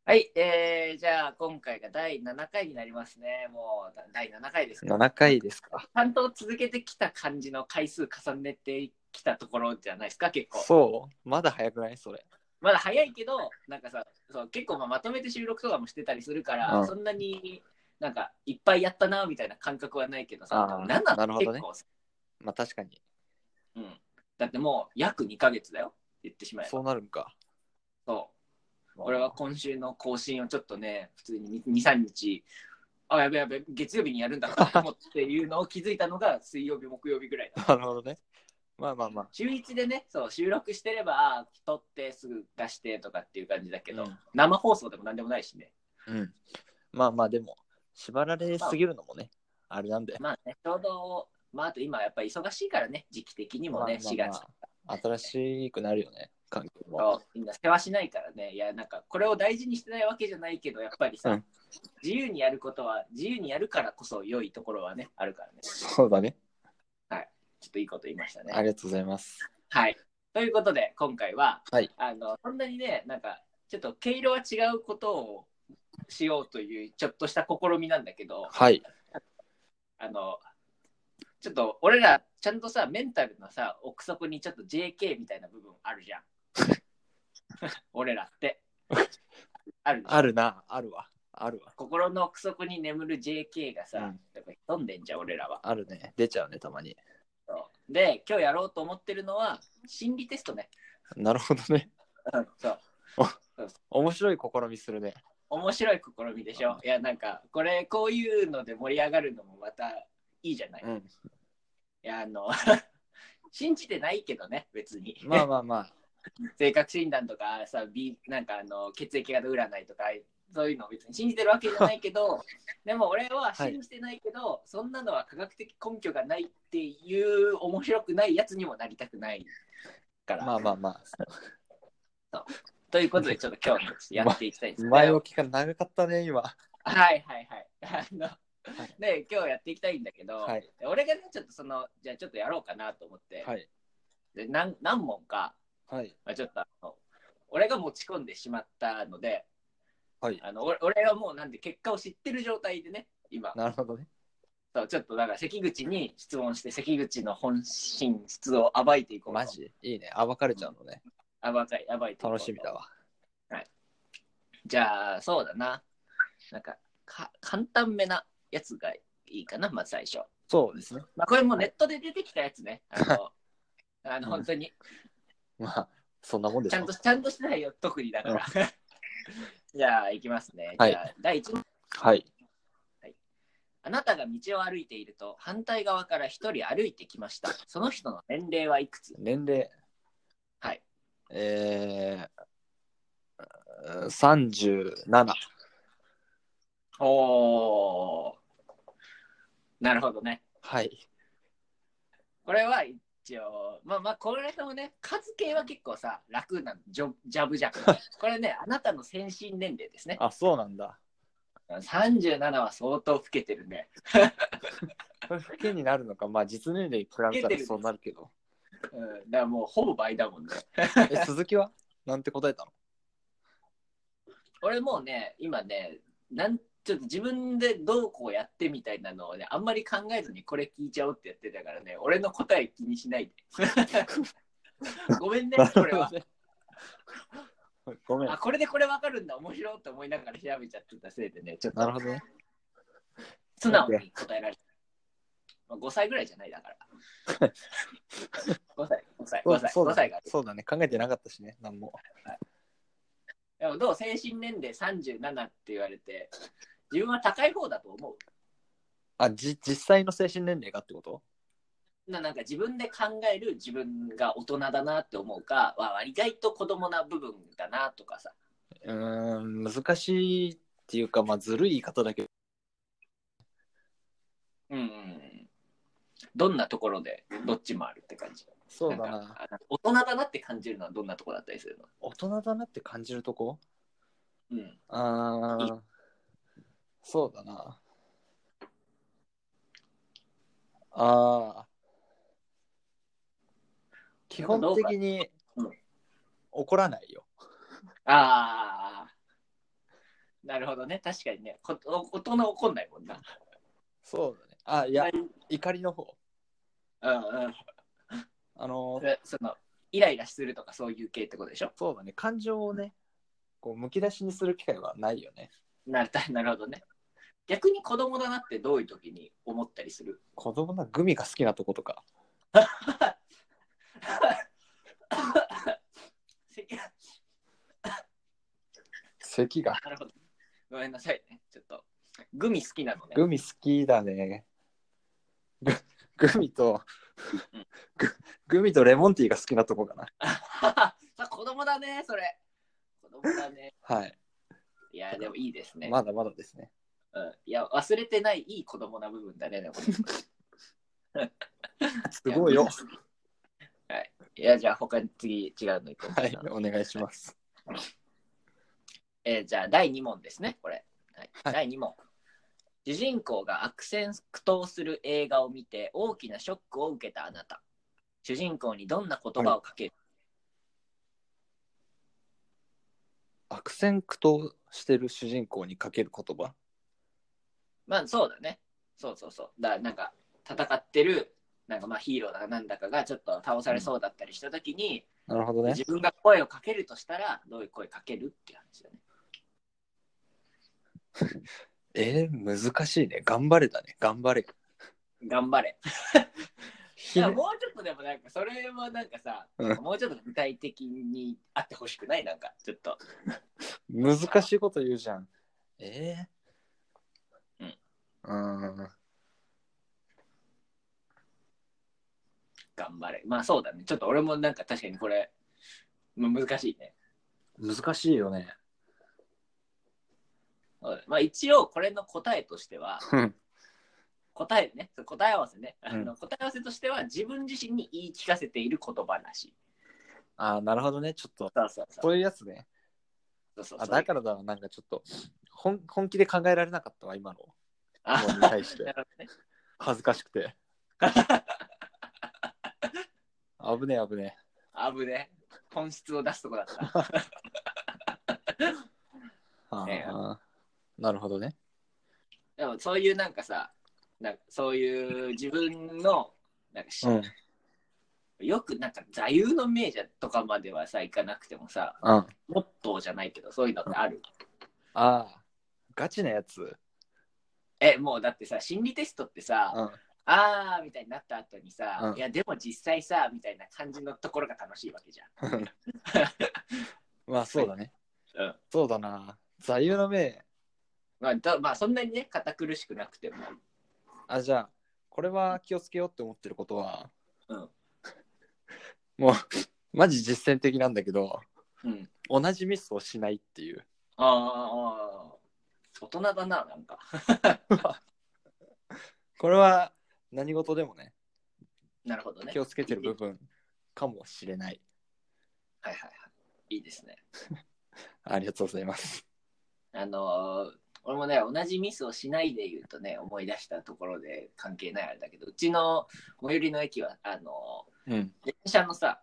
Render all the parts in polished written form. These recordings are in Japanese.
はい、じゃあ今回が第7回になりますね。もう第7回ですか。 7回ですか。 ちゃんと続けてきた感じの回数重ねてきたところじゃないですか、結構。 そうまだ早くないそれ。 まだ早いけど、なんかさ、そう結構まとめて収録とかもしてたりするから、 うんそんなになんかいっぱいやったなみたいな感覚はないけどさ、でも7 なるほどね。 結構さ、 まあ確かに。 うん。だってもう約2ヶ月だよ、言ってしまえそうば。 なるんか。 そう。俺は今週の更新をちょっとね、普通に2、3日、やべやべ、月曜日にやるんだったと思っていうのを気づいたのが水曜日、木曜日ぐらいだ。 なるほどね。まあまあまあ。 週1でね、そう収録してれば、撮ってすぐ出してとかっていう感じだけど、 うん生放送でもなんでもないしね。 うん。まあまあでも、縛られすぎるのもね、あれなんで。 まあね、ちょうど、あと今やっぱり忙しいからね、時期的にもね、4月。 新しくなるよね、環境も。 みんな世話しないからね、いや、なんかこれを大事にしてないわけじゃないけど、やっぱりさ、自由にやることは、自由にやるからこそ良いところはね、あるからね。 そうだね。 はい。ちょっといいこと言いましたね。 ありがとうございます。 はい。ということで、今回は、 はい。 そんなにね、なんか、ちょっと毛色は違うことをしようという、ちょっとした試みなんだけど、 はい。 ちょっと俺ら、ちゃんとさ、メンタルのさ、奥底にちょっと JK みたいな部分あるじゃん。俺らって。あるでしょ。 あるな、あるわ。あるわ。 心の奥底に眠る JK がさ、 うんやっぱり飛んでんじゃん、俺らは。 あるね。出ちゃうね、たまに。 で、今日やろうと思ってるのは、心理テストね。 なるほどね。 そう。 面白い試みするね。 面白い試みでしょ。いや、なんか、こういうので盛り上がるのもまたいいじゃない。 うん。 いや、信じてないけどね、別に。 まあまあまあ。 性格診断とかさ、なんか血液型占いとか、そういうのを別に信じてるわけじゃないけど、でも俺は信じてないけど、そんなのは科学的根拠がないっていう面白くないやつにもなりたくないから。 まあまあまあ。 そうということで、ちょっと今日やっていきたいですね。 前置きが長かったね、今。 はいはいはい。で、今日やっていきたいんだけど、 はい、 俺がね、ちょっとじゃあちょっとやろうかなと思って、 はい、 で何問か、 はい、 ちょっと俺が持ち込んでしまったので、 はい、 俺はもうなんで結果を知ってる状態でね、今。 なるほどね。 そうちょっとだから関口に質問して、関口の本心質を暴いていこうと。 マジいいね。暴かれちゃうのね。 暴いていこうと。 楽しみだわ。 はい。じゃあ、そうだな。なんか、簡単めなやつがいいかな、まず最初。 そうですね。 これもネットで出てきたやつね。本当に。 まあ、そんなもんでしょ。 ちゃんとしてないよ、特にだから。じゃあ、いきますね。 はい、 じゃあ、第1問。 はい。 あなたが道を歩いていると、反対側から一人歩いてきました。その人の年齢はいくつ？ 年齢。 はい。 37。 おー。なるほどね。 はい。 これは一応、これもね、数系は結構さ、楽なの。ジャブじゃん。これね、あなたの先進年齢ですね。 あ、そうなんだ。 37は相当老けてるね。 これ、老けになるのか。まあ、実年齢比べたらそうなるけど。 だからもうほぼ倍だもんね。 鈴木はなんて答えたの？ 俺もうね、今ね、ちょっと自分でどうこうやってみたいなのをね、あんまり考えずにこれ聞いちゃおうってやってたからね、俺の答え気にしないで。ごめんね、これは。 ごめん。 これでこれ分かるんだ、面白いって思いながら調べちゃってたせいでね、ちょっと。 なるほどね。 素直に答えられた。5歳ぐらいじゃないだから。5歳が。 そうだね。考えてなかったしね、なんも。 はい、でもどう精神年齢37って言われて、自分は高い方だと思う。 実際の精神年齢がってこと？ なんか自分で考える自分が大人だなって思うか、意外と子供な部分だなとかさ。 難しいっていうか、まあ、ずるい言い方だけど。 どんなところでどっちもあるって感じ？ そうだな。 大人だなって感じるのはどんなところだったりするの？ 大人だなって感じるとこ？ うん。 そうだな。基本的に怒らないよ。 なるほどね。確かにね。大人怒んないもんな。 そうだね。あ、いや、怒りの方。 うんうん。 あのその、イライラするとかそういう系ってことでしょ。 そうだね。感情をね、こうむき出しにする機会はないよね。 なるほどね。逆に子供だなってどういう時に思ったりする？ 子供なグミが好きなとことか。咳が。 なるほど。ごめんなさいね。ちょっと。グミ好きなのね。 グミ好きだね。グミと、 うんグミとレモンティーが好きなとこかな。 さ子供だね、それ。子供だね。 はい。 いや、でもいいですね。 まだまだですね。 うん、いや、忘れてないいい子供な部分だね。でもすごいよ。 はい。いや、じゃあ他に次違うのいこうかな。 はい、お願いします。 じゃあ第2問ですね、これ。はいはい、 第2問。主人公が悪戦苦闘する映画を見て大きなショックを受けたあなた。主人公にどんな言葉をかける？ 悪戦苦闘してる主人公にかける言葉。 まあそうだね。そうそうそう。だからなんか戦ってるなんかまあヒーローだなんだかがちょっと倒されそうだったりしたときに、 なるほどね。 自分が声をかけるとしたらどういう声かけるっていう話だね。 難しいね。頑張れだね。頑張れ。 頑張れ。いやもうちょっとでもなんかそれもなんかさ、もうちょっと具体的にあってほしくない？なんかちょっと難しいこと言うじゃん。 うん。頑張れ。まあそうだね。ちょっと俺もなんか確かにこれ、難しいね。 難しいよね。 まあ一応これの答えとしては、答えね、答え合わせね、答え合わせとしては自分自身に言い聞かせている言葉らしい。 あ、なるほどね。ちょっとそういうやつね。だからだ、なんかちょっと本気で考えられなかったわ、今のものに対して。恥ずかしくて。危ねえ。 危ねえ。本質を出すとこだった。 なるほどね。 でもそういうなんかさ、なんかそういう自分のなんかよくなんか座右の銘じゃとかまではさいかなくてもさ、モットーじゃないけどそういうのってある？ ああ、ガチなやつ。 もうだってさ心理テストってさ、あーみたいになった後にさ、いやでも実際さみたいな感じのところが楽しいわけじゃん。 まあそうだね。そうだな。座右の銘。 まあそんなにね堅苦しくなくても。 じゃあこれは気をつけようって思ってることは、もうマジ実践的なんだけど、同じミスをしないっていう。 大人だな、なんか。 これは何事でもね、 なるほどね。 気をつけてる部分かもしれない。 はい。いいですね。 ありがとうございます。 俺もね、同じミスをしないで言うとね、思い出したところで関係ないあれだけど、うちの最寄りの駅は、電車のさ、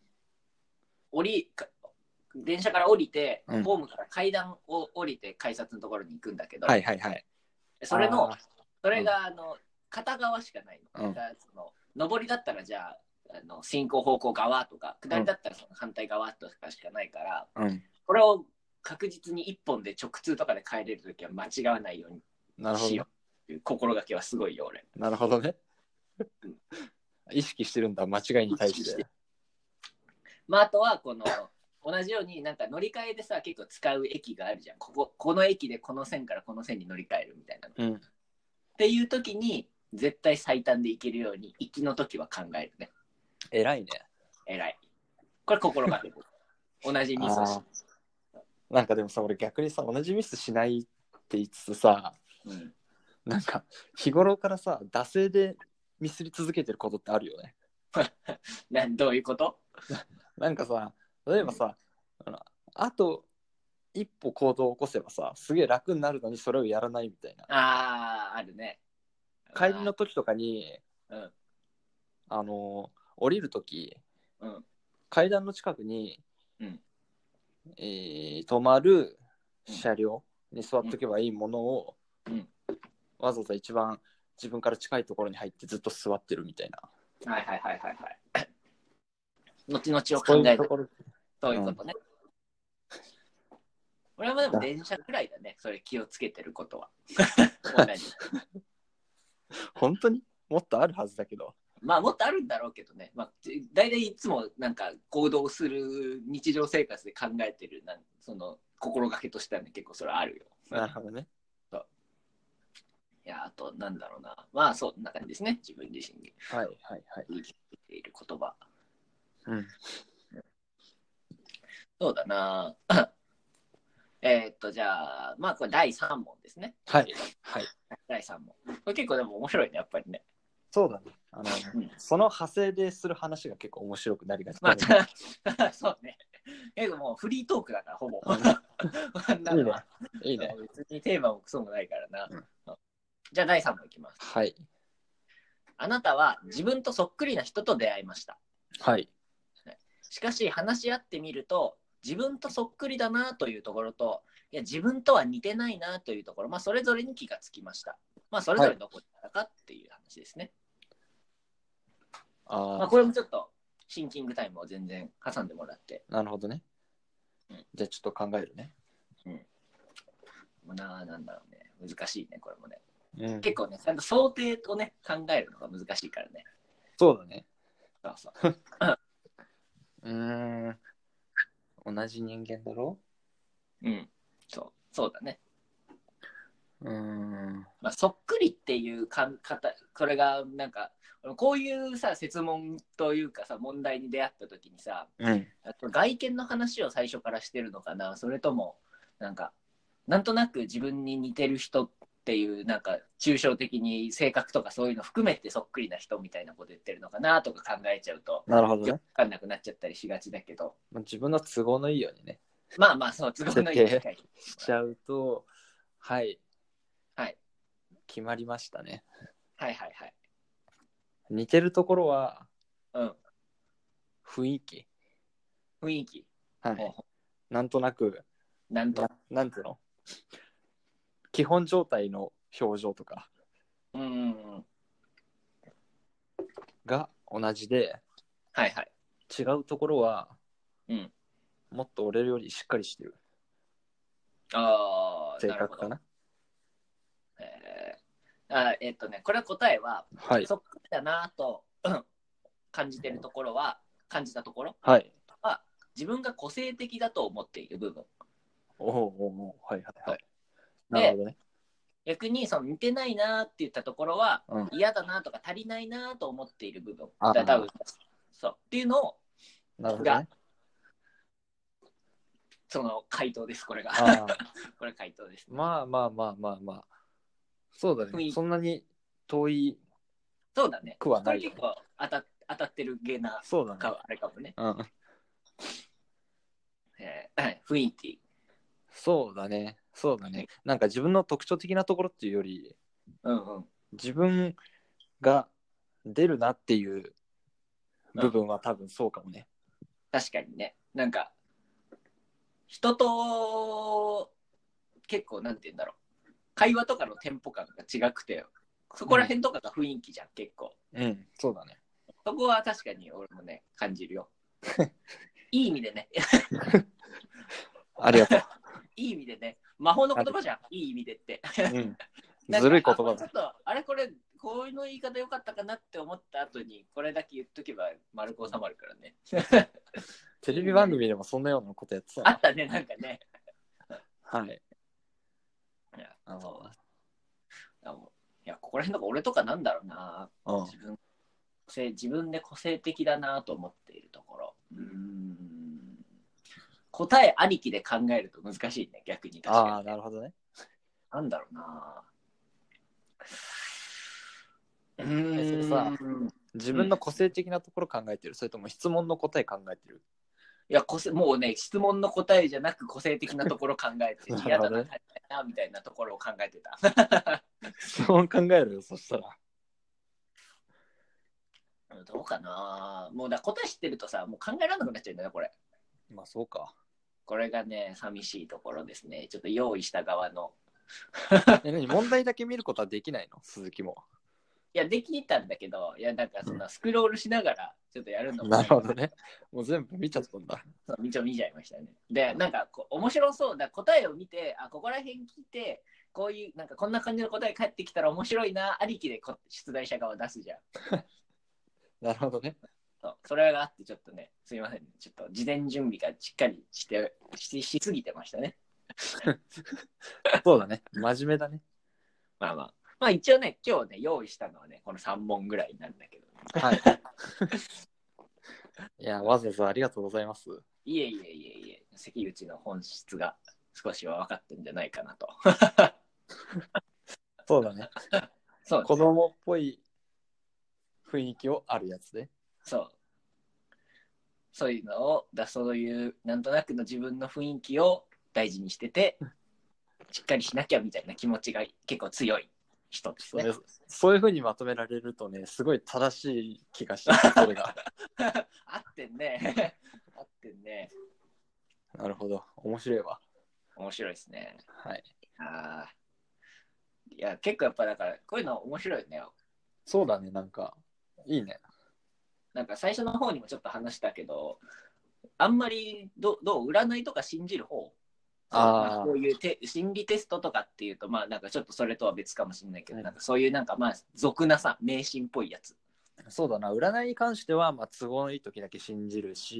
電車から降りて、ホームから階段を降りて改札のところに行くんだけど、それが片側しかないの。上りだったらじゃあ進行方向側とか、下りだったらその反対側とかしかないから、これを確実に一本で直通とかで帰れるときは間違わないようにしようっていう心がけはすごいよ、俺。 なるほどね。意識してるんだ、間違いに対して。 まあ、あとはこの同じようになんか乗り換えでさ結構使う駅があるじゃん。この駅でこの線からこの線に乗り換えるみたいな、っていう時に絶対最短で行けるように行きの時は考えるね。 偉いね。 偉い。これ心がける。同じミスをしなんかでもさ、俺逆にさ、同じミスしないって言いつつさ、なんか日頃からさ、惰性でミスり続けてることってあるよね。 どういうこと？ なんかさ、例えばさ、あと一歩行動を起こせばさ、すげえ楽になるのにそれをやらないみたいな。 あるね。 帰りの時とかに、降りる時、階段の近くに、止まる車両に座っとけばいいものを、 うん、 わざわざ一番自分から近いところに入ってずっと座ってるみたいな。はいはいはいはいはい。後々を考える。そういうことね。俺はでも電車くらいだね、それ気をつけてることは。 本当にもっとあるはずだけど。 まあもっとあるんだろうけどね。まあ大体いつもなんか行動する日常生活で考えてるその心がけとしてはね、結構それあるよ。 なるほどね。 いや、あとなんだろうな。まあそんな感じですね、自分自身に。 はいはいはい。 言い切っている言葉。 うん。 そうだな。じゃあ、まあこれ第3問ですね。 はいはい。 第3問。これ結構でも面白いね、やっぱりね。 そうだね。その派生でする話が結構面白くなりがち。 まあ、そうね。もうフリートークだから、ほぼ。 いいね。いいね。 別にテーマもクソもないからな。じゃあ第3問いきます。 はい。 あなたは自分とそっくりな人と出会いました。 はい。 しかし話し合ってみると、自分とそっくりだなというところと、いや自分とは似てないなというところ、まあそれぞれに気がつきました。まあそれぞれどこだったかっていう話ですね。まあこれもちょっとシンキングタイムを全然挟んでもらって。 なるほどね。じゃあちょっと考えるね。 なんだろうね。難しいね、これもね。結構ね、ちゃんと想定をね、考えるのが難しいからね。 そうだね。 そうそう。 同じ人間だろ？ そうだね。まあ、そっくりっていうこれがなんかこういうさ設問というかさ問題に出会った時にさ、外見の話を最初からしてるのかな、それともなんとなく自分に似てる人っていうなんか抽象的に性格とかそういうの含めてそっくりな人みたいなこと言ってるのかなとか考えちゃうと、 なるほどね。 分かんなくなっちゃったりしがちだけど、 自分の都合のいいようにね。 まあそう都合のいい機会しちゃうと、はい。 はい。 決まりましたね。 はいはいはい。 似てるところは、雰囲気。 雰囲気。 はい。なんとなく、なんていうの？基本状態の表情とかが同じで、 はいはい。 違うところは、もっと俺よりしっかりしてる。性格かな。 これは答えは、 はい、 そっくりだなと感じてるところは、感じたところは自分が個性的だと思っている部分。 はいはいはい。 なるほどね。逆にその似てないなって言ったところは、嫌だなとか足りないなと思っている部分。多分そうっていうのをなるほどね。 その回答です、これが。これ回答です、ね。 まあ。そうだね。そんなに遠いそうだね。 くはない、 これ結構当たってるゲな、 そうだね。 あれかもね。雰囲気。 そうだね。なんか自分の特徴的なところっていうより、自分が出るなっていう部分は多分そうかもね。 確かにね。なんか、人と結構なんて言うんだろう。会話とかのテンポ感が違くて、そこら辺とかが雰囲気じゃん、結構。 そうだね。 そこは確かに俺もね、感じるよ。いい意味でね。 ありがとう。 いい意味でね。魔法の言葉じゃん、いい意味でって。 ずるい言葉だ。 ちょっと、こういうの言い方良かったかなって思った後に、これだけ言っとけば丸く収まるからね。 テレビ番組でもそんなようなことやってた。 あったね、なんかね。 はい。 いや、ここら辺とか俺とかなんだろうな。自分で個性的だなと思っているところ。答えありきで考えると難しいね、逆に。確かに。 なるほどね。 なんだろうな。 自分の個性的なところ考えてる、それとも質問の答え考えてる？ いや、もうね、質問の答えじゃなく個性的なところ考えて、嫌だな、みたいなところを考えてた。 質問考えるよ、そしたら。 どうかな。もう答え知ってるとさ、もう考えられなくなっちゃうんだよね、これ。 まあそうか。 これがね、寂しいところですね。ちょっと用意した側の。 何問題だけ見ることはできないの鈴木も。 いや、できたんだけど、いや、なんかそのスクロールしながらちょっとやるのも、 なるほどね。もう全部見ちゃったんだ。 そう見ちゃいましたね。で、なんかこう面白そうだ、答えを見て、ここら辺聞いて、こういう、なんかこんな感じの答え返ってきたら面白いな、ありきで出題者側出すじゃん。 なるほどね。 それがあって、ちょっとね、すいません、ちょっと事前準備がしっかりしすぎてましたね。 そうだね。真面目だね。 まあ一応ね、今日ね、用意したのはね、この3問ぐらいなんだけど、ね。 はい。いや、わざわざありがとうございます。 いえ、関口の本質が少しは分かってんじゃないかなと。 そうだね。 そう子供っぽい雰囲気をあるやつで。 そういうのをそういうなんとなくの自分の雰囲気を大事にしてて、しっかりしなきゃみたいな気持ちが結構強い人ですね。 そういうふうにまとめられるとね、すごい正しい気がしてそれが。 合ってんね。合ってんね。 なるほど。面白いわ。 面白いですね。 はい。 いや、結構やっぱだから、こういうの面白いね。 そうだね、なんか、いいね。 なんか最初の方にもちょっと話したけど、あんまりどう占いとか信じる方、こういう心理テストとかっていうと、まあなんかちょっとそれとは別かもしれないけど、はい、なんかそういうなんかまあ俗なさ、迷信っぽいやつ。 そうだな、占いに関しては、まあ、都合のいい時だけ信じるし、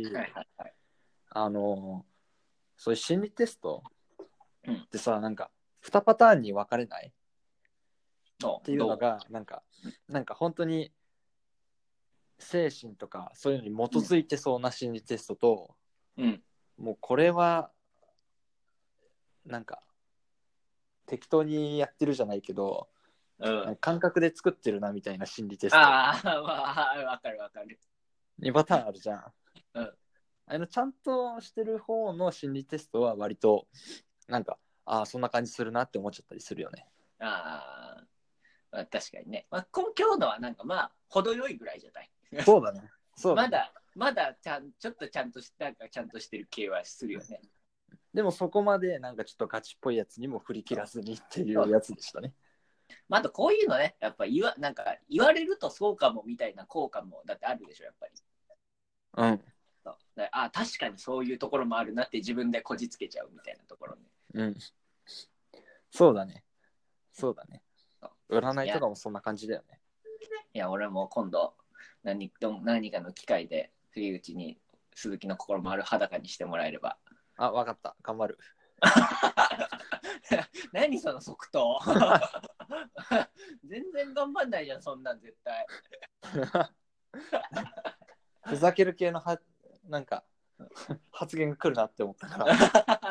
そういう心理テストってさ、なんか2パターンに分かれないっていうのが、なんか本当に精神とかそういうのに基づいてそうな心理テストと、もうこれはなんか適当にやってるじゃないけど、感覚で作ってるなみたいな心理テスト。 まあわかる。 2パターンあるじゃん。ちゃんとしてる方の心理テストは割となんかそんな感じするなって思っちゃったりするよね。 まあ、確かにね。まあ、今日のはなんかまあ程よいぐらいじゃない。 そうだね。 まだちょっとちゃんとしてる系はするよね。 でもそこまでなんかちょっとガチっぽいやつにも振り切らずにっていうやつでしたね。 まあ、あとこういうのね、やっぱなんか言われるとそうかもみたいな効果もだってあるでしょ、やっぱり。確かにそういうところもあるなって自分でこじつけちゃうみたいなところね。 そうだね。占いとかもそんな感じだよね。 いや、俺も今度何かの機会で杉内に鈴木の心もある裸にしてもらえれば。 わかった。頑張る。 何その即答。全然頑張んないじゃん、そんなん絶対。 ふざける系のなんか発言が来るなって思ったから。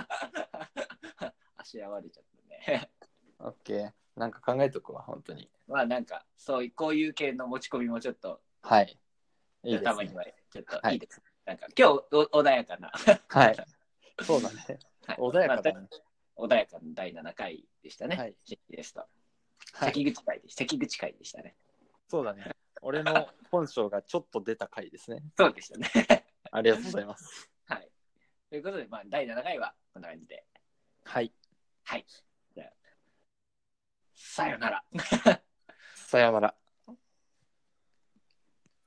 あしらわれちゃったね。 オッケー。なんか考えとくわ、本当に。 まあなんかこういう系の持ち込みもちょっと。 はい。 いいですね。たまにはちょっといいです。なんか今日穏やかな。 はい。そうだね。穏やかだね。 穏やかな第7回でしたね。新規ですと。関口会でしたね。 そうだね。俺の本性がちょっと出た回ですね。 そうでしたね。 ありがとうございます。 はい。ということで、まあ、第7回はこんな感じで。 はい。 じゃあ、さよなら。 さよなら。